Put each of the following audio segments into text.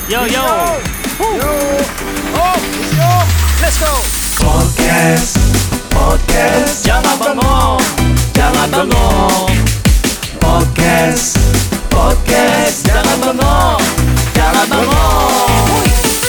Yo yo. Yo. Oh, yo. Let's go. Podcast. Jangan bengong. Jangan bengong. Podcast. Jangan bengong. Jangan bengong.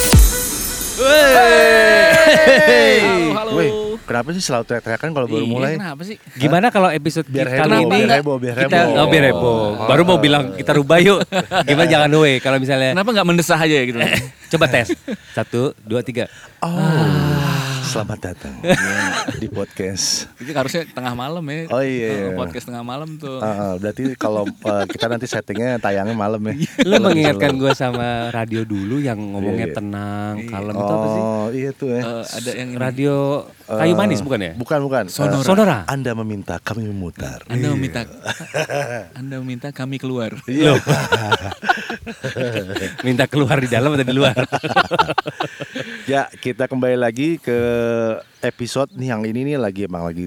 Halo. Weh, kenapa sih selalu teriak-teriakan kalau baru mulai? Kenapa sih? Gimana kalau episode Biar kali heboh, ini biar heboh. kita biar heboh. Baru mau bilang kita rubah yuk. Gimana jangan we kalau misalnya Kenapa nggak mendesah aja gitu? coba tes. 1, 2, 3. Selamat datang di podcast. Itu harusnya tengah malam ya. Oh iya. Podcast tengah malam tuh. Berarti kalau kita nanti settingnya tayangnya malam ya. Lu mengingatkan gue sama radio dulu yang ngomongnya Iya. tenang, kalem itu apa sih? Oh iya tuh ya. Ada yang ini. Radio kayu manis bukan ya? Bukan. Sonora. Anda meminta kami memutar. Anda meminta kami keluar. Iya. Minta keluar di dalam atau di luar? Ya, kita kembali lagi ke episode nih yang ini nih lagi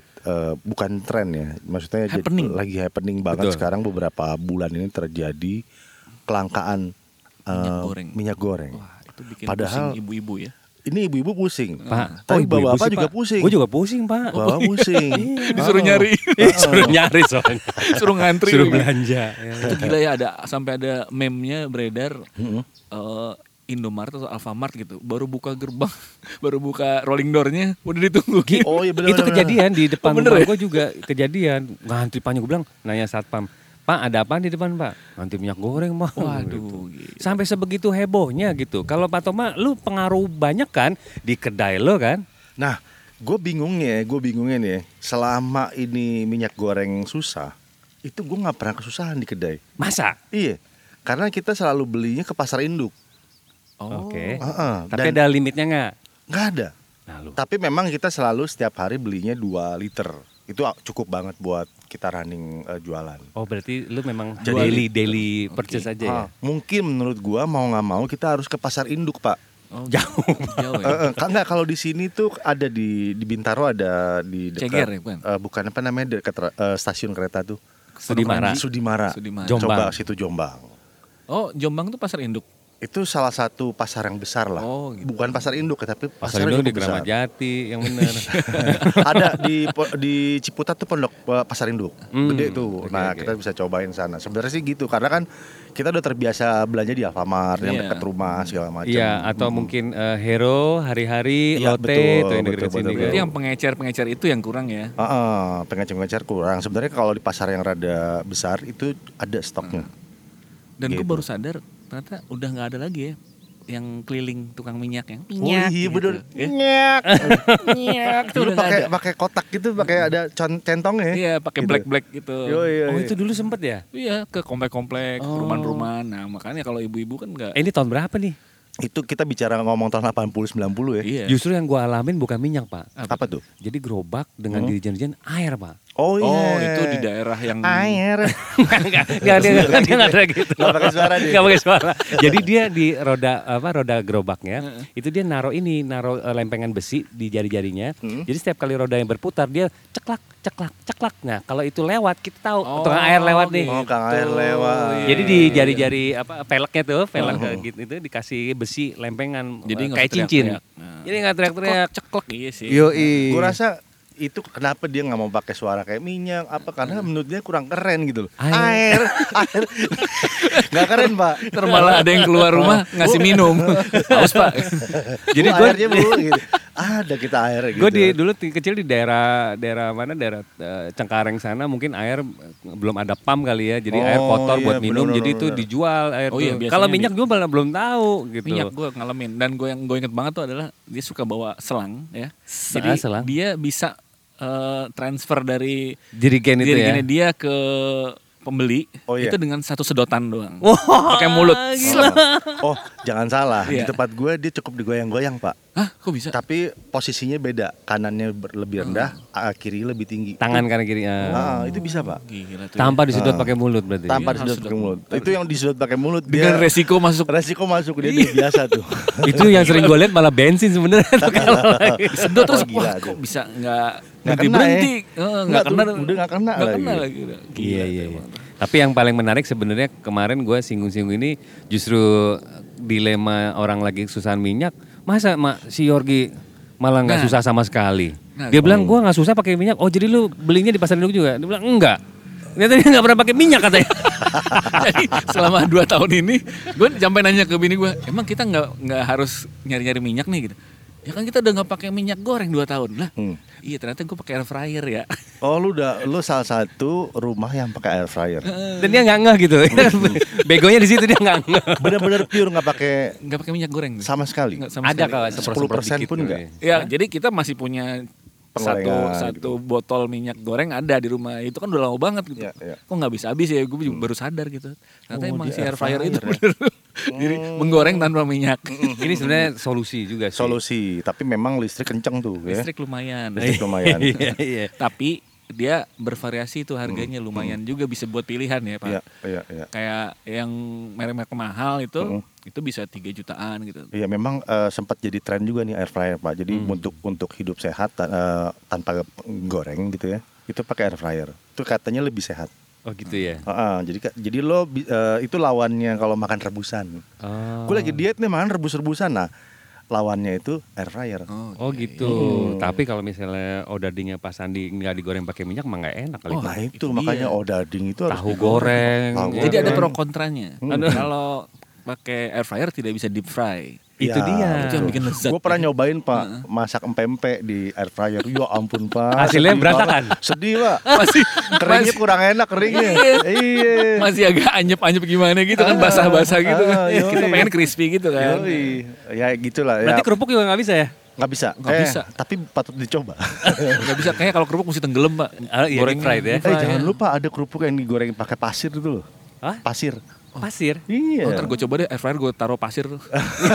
bukan tren ya. Maksudnya Happening. lagi happening banget. Betul. Sekarang beberapa bulan ini terjadi kelangkaan minyak goreng. Wah, itu bikin Padahal- pusing ibu-ibu ya. Ini ibu-ibu pusing. Pak, Tapi ibu-ibu bapak sih, juga Pak. pusing. Gue juga pusing, Pak. Bapak pusing. Disuruh nyari, Suruh nyari soalnya. suruh ngantri. Suruh belanja. Itu gila ya, sampai ada meme-nya beredar. Mm-mm. Indomaret atau Alfamart gitu, baru buka gerbang, baru buka rolling door-nya, udah ditunggu. Oh iya benar. Itu kejadian di depan bener rumah ya? gue juga kejadian. Ngantri panjang, gue bilang nanya satpam, Pak ada apaan di depan Pak? Ngantri minyak goreng Pak. Waduh, Gitu. gila. Sampai sebegitu hebohnya gitu. Kalau Pak Toma lu pengaruh banyak kan di kedai lo kan? Nah, gue bingungnya nih. Selama ini minyak goreng susah, itu gue nggak pernah kesusahan di kedai. Masa? Iya, karena kita selalu belinya ke pasar induk. Oh. Oke. Dan Tapi ada limitnya nggak? nggak ada. Nah, lu. Tapi memang kita selalu setiap hari belinya 2 liter. Itu cukup banget buat kita running jualan. Oh berarti lu memang Jadi- daily purchase aja ya? Mungkin menurut gua mau nggak mau kita harus ke pasar induk, Pak. Oh, Jauh. jauh ya. Enggak, kalau di sini tuh ada di Bintaro, ada di dekat Ceger ya, bukan? bukan apa namanya, dekat stasiun kereta tuh. Sudimara. Sudimara. Jombang. Coba situ Jombang. Oh, Jombang tuh pasar induk. Itu salah satu pasar yang besar lah. Oh, gitu. Bukan pasar induk, tapi Pasar pasar itu yang di cukup besar. Keramat Jati yang bener. Ada di Ciputat tuh pondok pasar induk. Gede tuh. Oke, Nah, oke. kita bisa cobain sana. Sebenarnya sih gitu, karena kan kita udah terbiasa belanja di Alfamart yang Iya. dekat rumah segala macam. Iya, atau mungkin Hero, Hari-Hari, Iya, Lotte betul, itu yang dekat betul, sini betul. kan. Jadi yang pengecer itu yang kurang ya. Pengecer-pengecer kurang. Sebenarnya kalau di pasar yang rada besar itu ada stoknya. Dan gue Gitu. baru sadar ternyata udah nggak ada lagi ya yang keliling tukang minyak yang Oh iya gitu. bener. Ya. Minyak. Itu Udah nggak ada. pakai kotak gitu, pakai ada centongnya. Iya, pakai Gitu. black gitu. Iya. Oh itu dulu sempet ya? Iya, ke komplek-komplek, Oh. perumahan-perumahan. Nah, makanya kalau ibu-ibu kan nggak. Ini tahun berapa nih? Itu kita bicara ngomong tahun 80-90 ya. Iya. Justru yang gua alamin bukan minyak Pak. Apa tuh? Jadi gerobak dengan dirijen-dirijen air Pak. Oh iya. Oh, itu di daerah yang air. Enggak dia ada gitu. Nggak pakai suara dia. Enggak pakai suara. Jadi dia di roda gerobaknya itu dia naruh lempengan besi di jari-jarinya. Jadi setiap kali roda yang berputar dia ceklak. Nah, kalau itu lewat kita tahu Oh, tukang air lewat nih. Oh, kang air lewat. Jadi di jari-jari velgnya tuh, velg gitu itu dikasih besi lempengan Jadi nggak kayak usah cincin. teriak-teriak. Nah. Jadi nggak teriak-teriak. ceklek iya sih. Yoi. Gue rasa itu kenapa dia nggak mau pakai suara kayak minyak apa, karena menurut dia kurang keren gitu loh. Air. Air. Nggak keren, Pak. Ntar malah ada yang keluar rumah ngasih minum. Haus Pak. Jadi Bu, gue airnya bu gitu. Ada kita air gitu. gue dulu kecil di daerah mana daerah Cengkareng sana mungkin air belum ada pam kali ya. Jadi Oh, air kotor iya, buat minum. bener, Jadi itu bener. dijual air Oh tuh. iya, biasanya Kalau minyak gue malah belum tahu gitu. Minyak gue ngalamin. Dan gue inget banget tuh adalah dia suka bawa selang ya. Jadi selang. dia bisa transfer dari Jerigen itu ya. jerigennya dia ke pembeli Oh, iya. itu dengan satu sedotan doang. Wah, Pakai mulut. Oh, jangan salah. Di Iya. tempat gue dia cukup digoyang-goyang, Pak. Hah, kok bisa? Tapi posisinya beda. Kanannya lebih rendah, kiri lebih tinggi. Tangan kanan kiri. Itu bisa, Pak. Gila tuh. Tanpa disedot pakai mulut berarti. Tanpa Iya, disedot harus pakai mulut. Itu yang disedot pakai mulut Dengan dia resiko masuk. resiko masuk dia biasa tuh. Itu yang sering gue lihat malah bensin sebenarnya tuh kalau lagi. Sedot terus Oh, gila wah tuh. kok bisa nggak Nggak berhenti kena, berhenti. Nggak Nggak kena. tuh, udah nggak kena lagi. Kena lagi. Udah. Gila Iya tuh iya. emang. Tapi yang paling menarik sebenarnya kemarin gue singgung-singgung ini justru dilema orang lagi kesusahan minyak. Masa si Yorgi malah nggak susah sama sekali. Dia bilang gue nggak susah pakai minyak. Oh jadi lu belinya di pasar induk juga? Dia bilang enggak. Ternyata dia nggak pernah pakai minyak katanya. Jadi selama 2 tahun ini gue sampai nanya ke bini gue, emang kita nggak harus nyari-nyari minyak nih gitu. Ya kan kita udah nggak pakai minyak goreng 2 tahun lah. Iya ternyata gue pakai air fryer ya. Oh lu salah satu rumah yang pakai air fryer. Dan dia nggak ngeh gitu. Begonya di situ dia nggak ngeh. Benar-benar pure nggak pakai minyak goreng. sama sekali. Nggak sama Ada sekali. kalau 10% pun enggak. Ya jadi kita masih punya Penggorengan satu botol minyak goreng ada di rumah. Itu kan udah lama banget gitu. Iya. Kok nggak bisa habis ya? Gue baru sadar gitu. Ternyata emang dia si air air fryer itu fryer ya. bener. Jadi menggoreng tanpa minyak. Ini sebenarnya solusi juga sih. Solusi, tapi memang listrik kenceng tuh ya. Listrik lumayan. Listrik lumayan. Iya. Tapi dia bervariasi tuh harganya lumayan juga bisa buat pilihan ya Pak. Iya. Kayak yang merek-merek mahal itu bisa 3 jutaan gitu. Iya memang sempat jadi tren juga nih air fryer Pak. Jadi untuk hidup sehat tanpa goreng gitu ya, itu pakai air fryer. Itu katanya lebih sehat. Oh gitu ya. Jadi lo itu lawannya kalau makan rebusan. Gue lagi diet nih makan rebus-rebusan. Nah lawannya itu air fryer. Oh gitu. Tapi kalau misalnya odadingnya Pak Sandi nggak digoreng pakai minyak mah nggak enak kali. Nah Pak. itu makanya odading itu harus Tahu goreng. Jadi ada pro kontranya. Kalau pakai air fryer tidak bisa deep fry. Itu dia. Itu yang bikin lezat. Gue pernah nyobain Pak masak empempe di air fryer. Ya ampun Pak. Hasilnya sedih berantakan? banget. Sedih Pak. Masih Keringnya kurang enak keringnya. Iya. masih agak anyep-anyep gimana gitu kan, basah-basah gitu kan. yoi. Kita pengen crispy gitu kan. Yoi. Ya gitulah ya. Berarti kerupuk juga nggak bisa ya? Nggak bisa. Nggak bisa. Tapi patut dicoba. Nggak bisa, kayaknya kalau kerupuk mesti tenggelam Pak. Iya, deep fried ya. Jangan lupa ada kerupuk yang digoreng pakai pasir itu loh. Hah? Pasir. Pasir? Iya. Ntar gue coba deh air fryer gue taruh pasir tuh.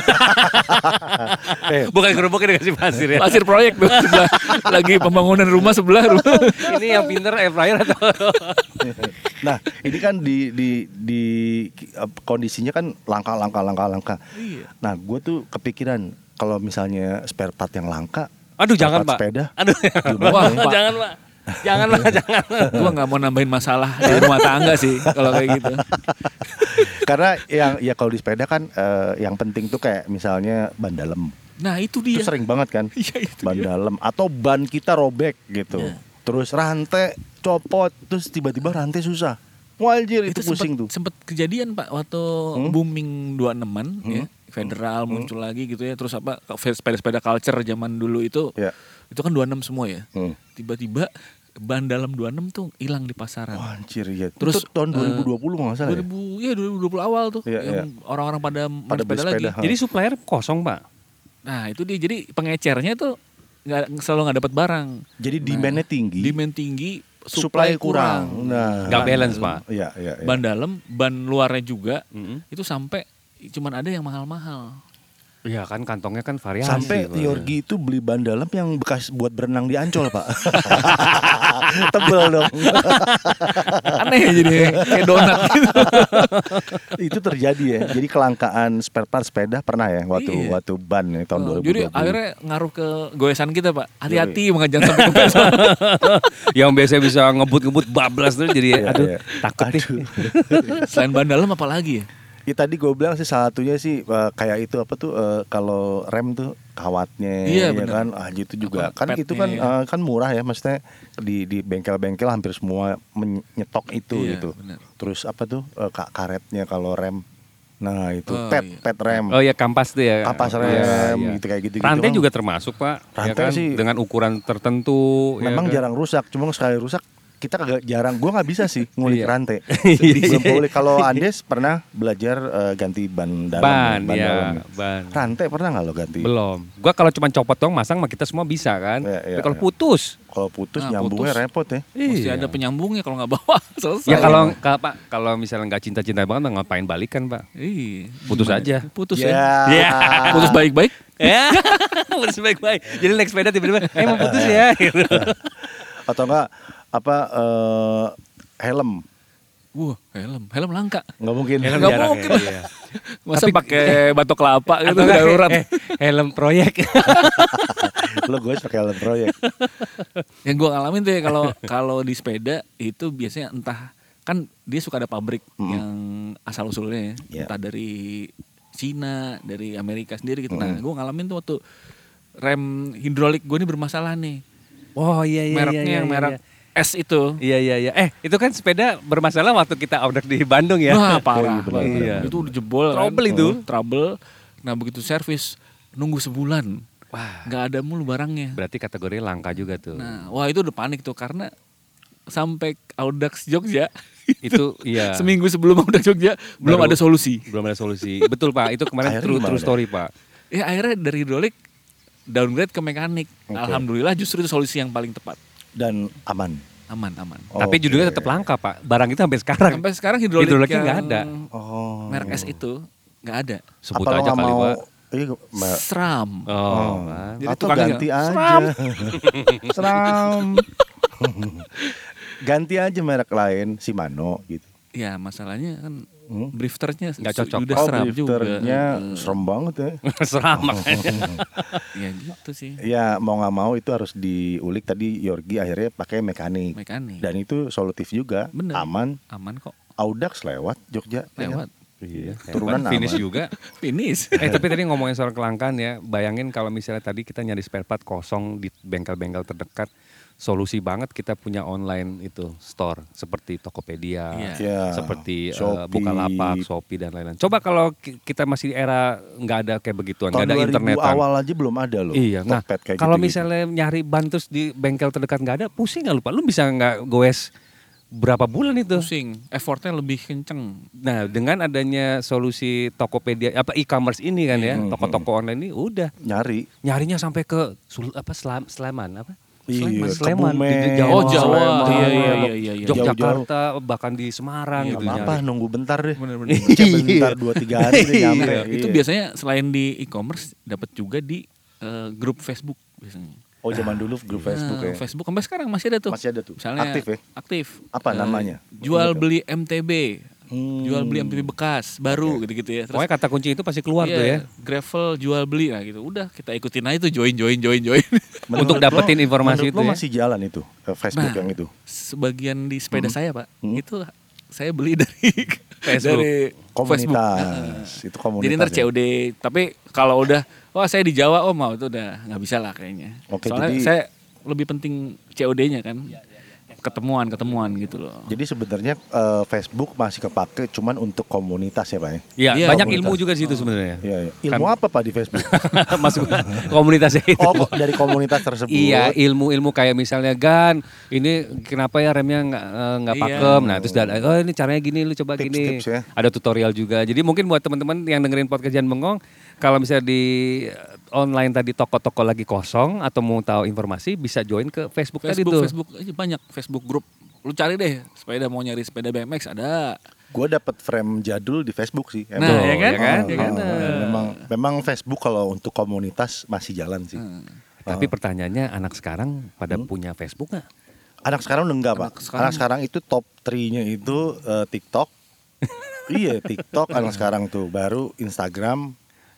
Bukan kerupuknya dikasih pasir ya? Pasir proyek tuh sebelah. Lagi pembangunan rumah sebelah rumah. Ini yang pinter air fryer atau? Nah, ini kan di kondisinya kan langka. Iya. Nah, gue tuh kepikiran kalau misalnya spare part yang langka, Aduh spare jangan part Pak. sepeda. Aduh Wah, Pak. jangan Pak. Jangan Pak, jangan. Gue nggak mau nambahin masalah di rumah tangga sih kalau kayak gitu. Karena yang kalau di sepeda kan yang penting tuh kayak misalnya ban dalam. Nah itu dia. Itu sering banget kan. Iya, itu ban dia. dalam atau ban kita robek gitu. Nah. Terus rantai copot, terus tiba-tiba rantai susah. Wajar itu pusing tuh. Sempet kejadian Pak waktu booming 26-an ya. Federal muncul lagi gitu ya. Terus apa sepeda-sepeda culture zaman dulu itu. Ya. Itu kan 26 semua ya. Tiba-tiba Ban dalam 26 tuh hilang di pasaran. anjir ya. Terus, Terus tahun 2020 nggak salah ya? 2020 awal tuh Iya, yang orang-orang pada main Pada sepeda beli lagi. sepeda. Jadi supplier kosong Pak? Nah itu dia, jadi pengecernya tuh selalu nggak dapat barang. Jadi demand-nya tinggi, Demand tinggi, supply kurang. Nah, Nggak balance Pak? Iya. Ban dalam, ban luarnya juga itu sampai cuman ada yang mahal-mahal. Iya kan kantongnya kan variasi. Sampai Pak. Yorgi itu beli ban dalam yang bekas buat berenang di Ancol, Pak. Tebel dong. Aneh jadi kayak donat gitu. Itu terjadi ya. Jadi kelangkaan spare part sepeda pernah ya Iya. waktu ban ya, tahun 2020. Jadi akhirnya ngaruh ke goesan kita Pak. Hati-hati makanya jangan sampai kempes. Yang biasa bisa ngebut-ngebut bablas tuh jadi Iya, aduh iya. takut nih. Selain ban dalam apa lagi ya? Ya tadi gue bilang sih salah satunya sih kayak itu apa tuh kalau rem tuh kawatnya Iya, ya bener. kan itu juga Apa, kan itu padnya. kan murah ya maksudnya di bengkel-bengkel hampir semua menyetok itu Iya, gitu. bener. Terus apa tuh karetnya kalau rem. Nah, itu Oh, pet iya. pet rem. Oh ya kampas tuh ya. Kapas rem Iya. gitu kayak gitu. Rantai juga termasuk Pak. Rantai ya kan? sih- Dengan ukuran tertentu. memang ya kan? jarang rusak, cuma sekali rusak kita kagak jarang. Gue nggak bisa sih ngulik Iya. rantai. Iya. Belum boleh. Kalau Andes pernah belajar ganti ban dalam. Ban, ban ya, dalam. ban. Rantai pernah nggak lo ganti? Belum. Gua kalau cuma copot dong masang mah kita semua bisa kan. Iya, Tapi kalau iya. putus. Kalau putus Nah, nyambungnya putus. repot ya. Mesti Iya. ada penyambungnya kalau nggak bawa selesai. Ya kalau misalnya nggak cinta-cinta banget mah ngapain balikan Pak? Iya. Putus Gimana? aja. Putus Ya. ya. Iya. Putus baik-baik. Ya, putus baik-baik. Jadi naik sepeda tiba-tiba, mau putus ya. Gitu. Atau enggak helm. Wah, helm langka. Nggak mungkin. Nggak jarang mungkin. ya, iya. Masa Tapi- pakai batok kelapa gitu Atau nggak, darurat. helm proyek. Lo gue pakai helm proyek. Yang gua ngalamin tuh ya kalau di sepeda itu biasanya entah kan dia suka ada pabrik yang asal usulnya ya, Iya. entah dari Cina, dari Amerika sendiri gitu. Nah, gue ngalamin tuh waktu rem hidrolik gue ini bermasalah nih. Oh iya Mereknya yang merek S itu. Iya. Itu kan sepeda bermasalah waktu kita order di Bandung ya. Wah, parah. benar, banget. benar. Itu udah jebol Trouble kan. itu. Trouble. Nah, begitu servis nunggu sebulan. Wah, Nggak ada mulu barangnya. berarti kategori langka juga tuh. Nah, wah itu udah panik tuh karena sampai Audax Jogja Itu iya. seminggu sebelum Audax Jogja belum Baru- ada solusi. Belum ada solusi. Betul Pak, itu kemarin Akhirnya true gimana? story Pak. Ya akhirnya dari hidrolik downgrade ke mekanik. Oke. Alhamdulillah justru itu solusi yang paling tepat. Dan aman. Aman. Tapi Oke. judulnya tetap langka Pak. Barang itu sampai sekarang. Sampai sekarang hidrolik Hidroliknya yang nggak ada. Oh. merek S itu nggak ada. Sebut Apa lo aja nggak kali mau? Pak. Iya, Seram. Oh, Pak. Jadi atau tukangnya ganti nggak, aja. Seram. Ganti aja merek lain, Shimano gitu. Ya masalahnya kan Hmm? drifternya Nggak cocok. udah Oh, seram juga. drifternya serem banget ya. Seram makanya. Ya gitu sih. Ya mau nggak mau itu harus diulik. Tadi Yorgi akhirnya pakai mekanik. Mekanik. Dan itu solutif juga, Bener. aman. Aman kok. Audax lewat Jogja. ya kan? Lewat. Iya, Turunan hebat. Finish aman. juga. Finish. Tapi tadi ngomongin soal kelangkaan ya, bayangin kalau misalnya tadi kita nyari spare part kosong di bengkel-bengkel terdekat, solusi banget kita punya online itu store seperti Tokopedia, Iya. Ya, seperti Shopee. Bukalapak, Shopee dan lain-lain. Coba kalau kita masih era nggak ada kayak begituan, Tahun nggak ada 2000 internetan. awal aja belum ada loh. Iya, nah Tokped kayak kalau gitu-gitu. misalnya nyari ban terus di bengkel terdekat nggak ada, pusing nggak lupa? Lu bisa nggak goes berapa bulan itu? Pusing. Effortnya lebih kenceng. Nah, dengan adanya solusi Tokopedia apa e-commerce ini kan ya, toko-toko online ini udah nyarinya sampai ke Sleman apa? Iya, Sleman Kebumen, di Jawa. Oh, Jawa. Sleman. Iya. Yogyakarta bahkan di Semarang gitu Nggak apa-apa, nyari. nunggu bentar deh. Bener-bener. Bentar 2-3 hari udah nyampe. Iya, itu Iya. biasanya selain di e-commerce dapat juga di grup Facebook biasanya. Oh zaman dulu grup Facebook ya. Facebook sampai sekarang masih ada tuh. Masih ada tuh. Misalnya Aktif ya? Aktif. Apa namanya? Jual Ingat beli MTB. Jual beli MTB bekas baru gitu-gitu ya. Terus Pokoknya kata kunci itu pasti keluar iya, tuh ya. gravel jual beli nah gitu. Udah kita ikutin aja tuh join. Untuk dapetin informasi menurut itu lo ya. masih jalan itu Facebook Nah, yang itu. Sebagian di sepeda saya, Pak. Itu saya beli dari Facebook. dari Komunitas. Itu komunitas. Jadi ntar ya? COD. Tapi kalau udah wah saya di Jawa mau itu udah nggak bisa lah kayaknya. Oke, Soalnya jadi- saya lebih penting COD-nya kan. Ketemuan gitu loh. Jadi sebenarnya Facebook masih kepake cuman untuk komunitas ya Pak ya? Iya, Iya, banyak komunitas. ilmu juga di situ sebenarnya. Iya, iya. Ilmu apa Pak di Facebook? Masuk komunitasnya itu. Oh dari komunitas tersebut. Iya, ilmu-ilmu kayak misalnya Gan, ini kenapa ya remnya nggak Iya. pakem. Nah, terus oh ini caranya gini, lu coba gini. Tips-tips ya. Ada tutorial juga. Jadi mungkin buat teman-teman yang dengerin podcast Jan Bengong, kalau misalnya di online tadi toko-toko lagi kosong atau mau tahu informasi bisa join ke Facebook, tadi tuh. Facebook aja banyak Facebook grup. Lu cari deh sepeda mau nyari sepeda BMX ada. Gue dapat frame jadul di Facebook sih. Nah, ya kan? Ya kan? Memang Facebook kalau untuk komunitas masih jalan sih. Tapi pertanyaannya anak sekarang pada punya Facebook nggak? Anak sekarang udah enggak Pak. Anak sekarang itu top 3-nya itu TikTok. Iya TikTok anak sekarang tuh. Baru Instagram.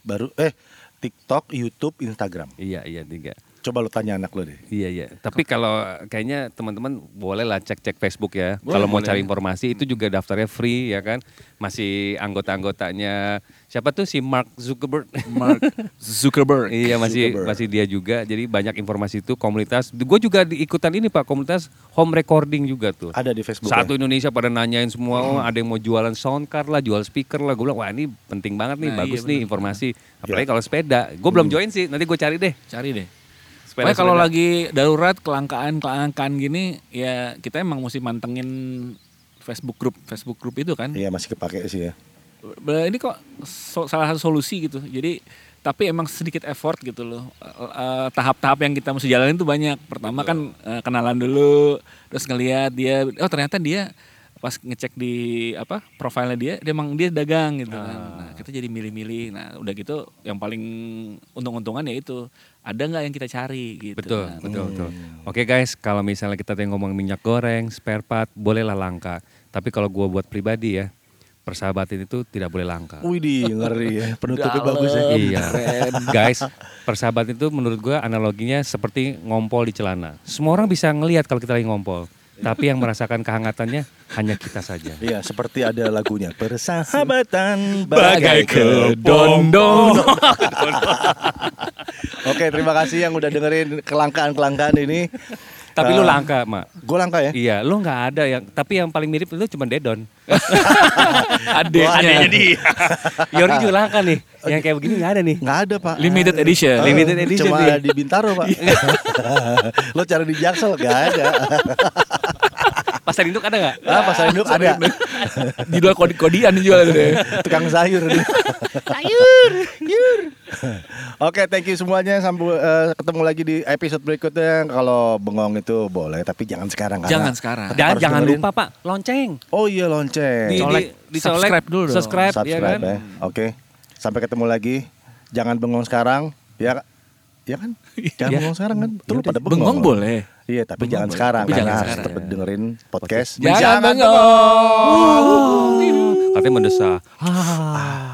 TikTok, YouTube, Instagram. Iya, 3. Coba lu tanya anak lu deh. Iya. Tapi kalau kayaknya teman-teman boleh lah cek Facebook ya. Boleh, Kalau mau boleh. cari informasi itu juga daftarnya free ya kan. Masih anggota-anggotanya siapa tuh si Mark Zuckerberg. Mark Zuckerberg. Iya Zuckerberg. masih dia juga. Jadi banyak informasi itu komunitas. Gue juga ikutan ini Pak komunitas home recording juga tuh. Ada di Facebook. Satu ya? Indonesia pada nanyain semua, oh, ada yang mau jualan sound card lah, jual speaker lah. Gue bilang wah ini penting banget nih, Nah, bagus iya, nih bener. informasi. Apalagi kalau sepeda. Gue belum join sih, nanti gue cari deh. Cari deh. Sepeda- Pokoknya kalau sepeda. lagi darurat kelangkaan gini ya kita emang mesti mantengin Facebook grup itu kan. Iya masih kepake sih ya. Ini kok salah satu solusi gitu. Jadi tapi emang sedikit effort gitu loh. Tahap-tahap yang kita mesti jalanin tuh banyak. Pertama kan kenalan dulu, terus ngelihat dia, oh ternyata dia pas ngecek di profilnya dia emang dia dagang gitu kan. Nah, kita jadi milih-milih. Nah, udah gitu yang paling untung-untungan ya itu ada nggak yang kita cari gitu. Nah, Betul. Oke guys, kalau misalnya kita tadi ngomong minyak goreng, spare part, bolehlah langka. Tapi kalau gua buat pribadi ya, persahabatan itu tidak boleh langka. Widih ngeri ya. Penutupnya Dalam. bagus ya. Iya, guys, persahabatan itu menurut gua analoginya seperti ngompol di celana. Semua orang bisa ngelihat kalau kita lagi ngompol. Tapi yang merasakan kehangatannya hanya kita saja. Iya, seperti ada lagunya Persahabatan Bagai kedondong. Oke, terima kasih yang udah dengerin kelangkaan ini. Tapi lu langka, Mak. Gue langka ya? Iya, lu nggak ada yang. Tapi yang paling mirip itu cuma Dedon. Adeknya. dia. Yori juga langka nih. Yang kayak begini nggak ada nih. Nggak ada, Pak. Limited edition. Limited edition Cuma nih. ada di Bintaro, Pak. Lo cari di Jaksel nggak ada. Pasar induk ada nggak? Pasar induk ada. Jual kodi-kodian dijual itu deh. Tukang sayur. Sayur. Oke, thank you semuanya. Sampai ketemu lagi di episode berikutnya. Kalau bengong itu boleh, tapi jangan sekarang. Jangan sekarang. Dan harus jangan dengerin. lupa Pak, lonceng. Oh iya, lonceng. Dicolek, subscribe dulu dong. Subscribe, ya kan? Ya. Oke. Sampai ketemu lagi. Jangan bengong sekarang. Ya kan? Jangan bengong sekarang kan. Terus pada bengong. Bengong boleh. Iya, tapi Bengong jangan boleh. sekarang. Tapi Karena jangan harus sekarang. tetap dengerin podcast. Jangan bengong. Katanya mendesak.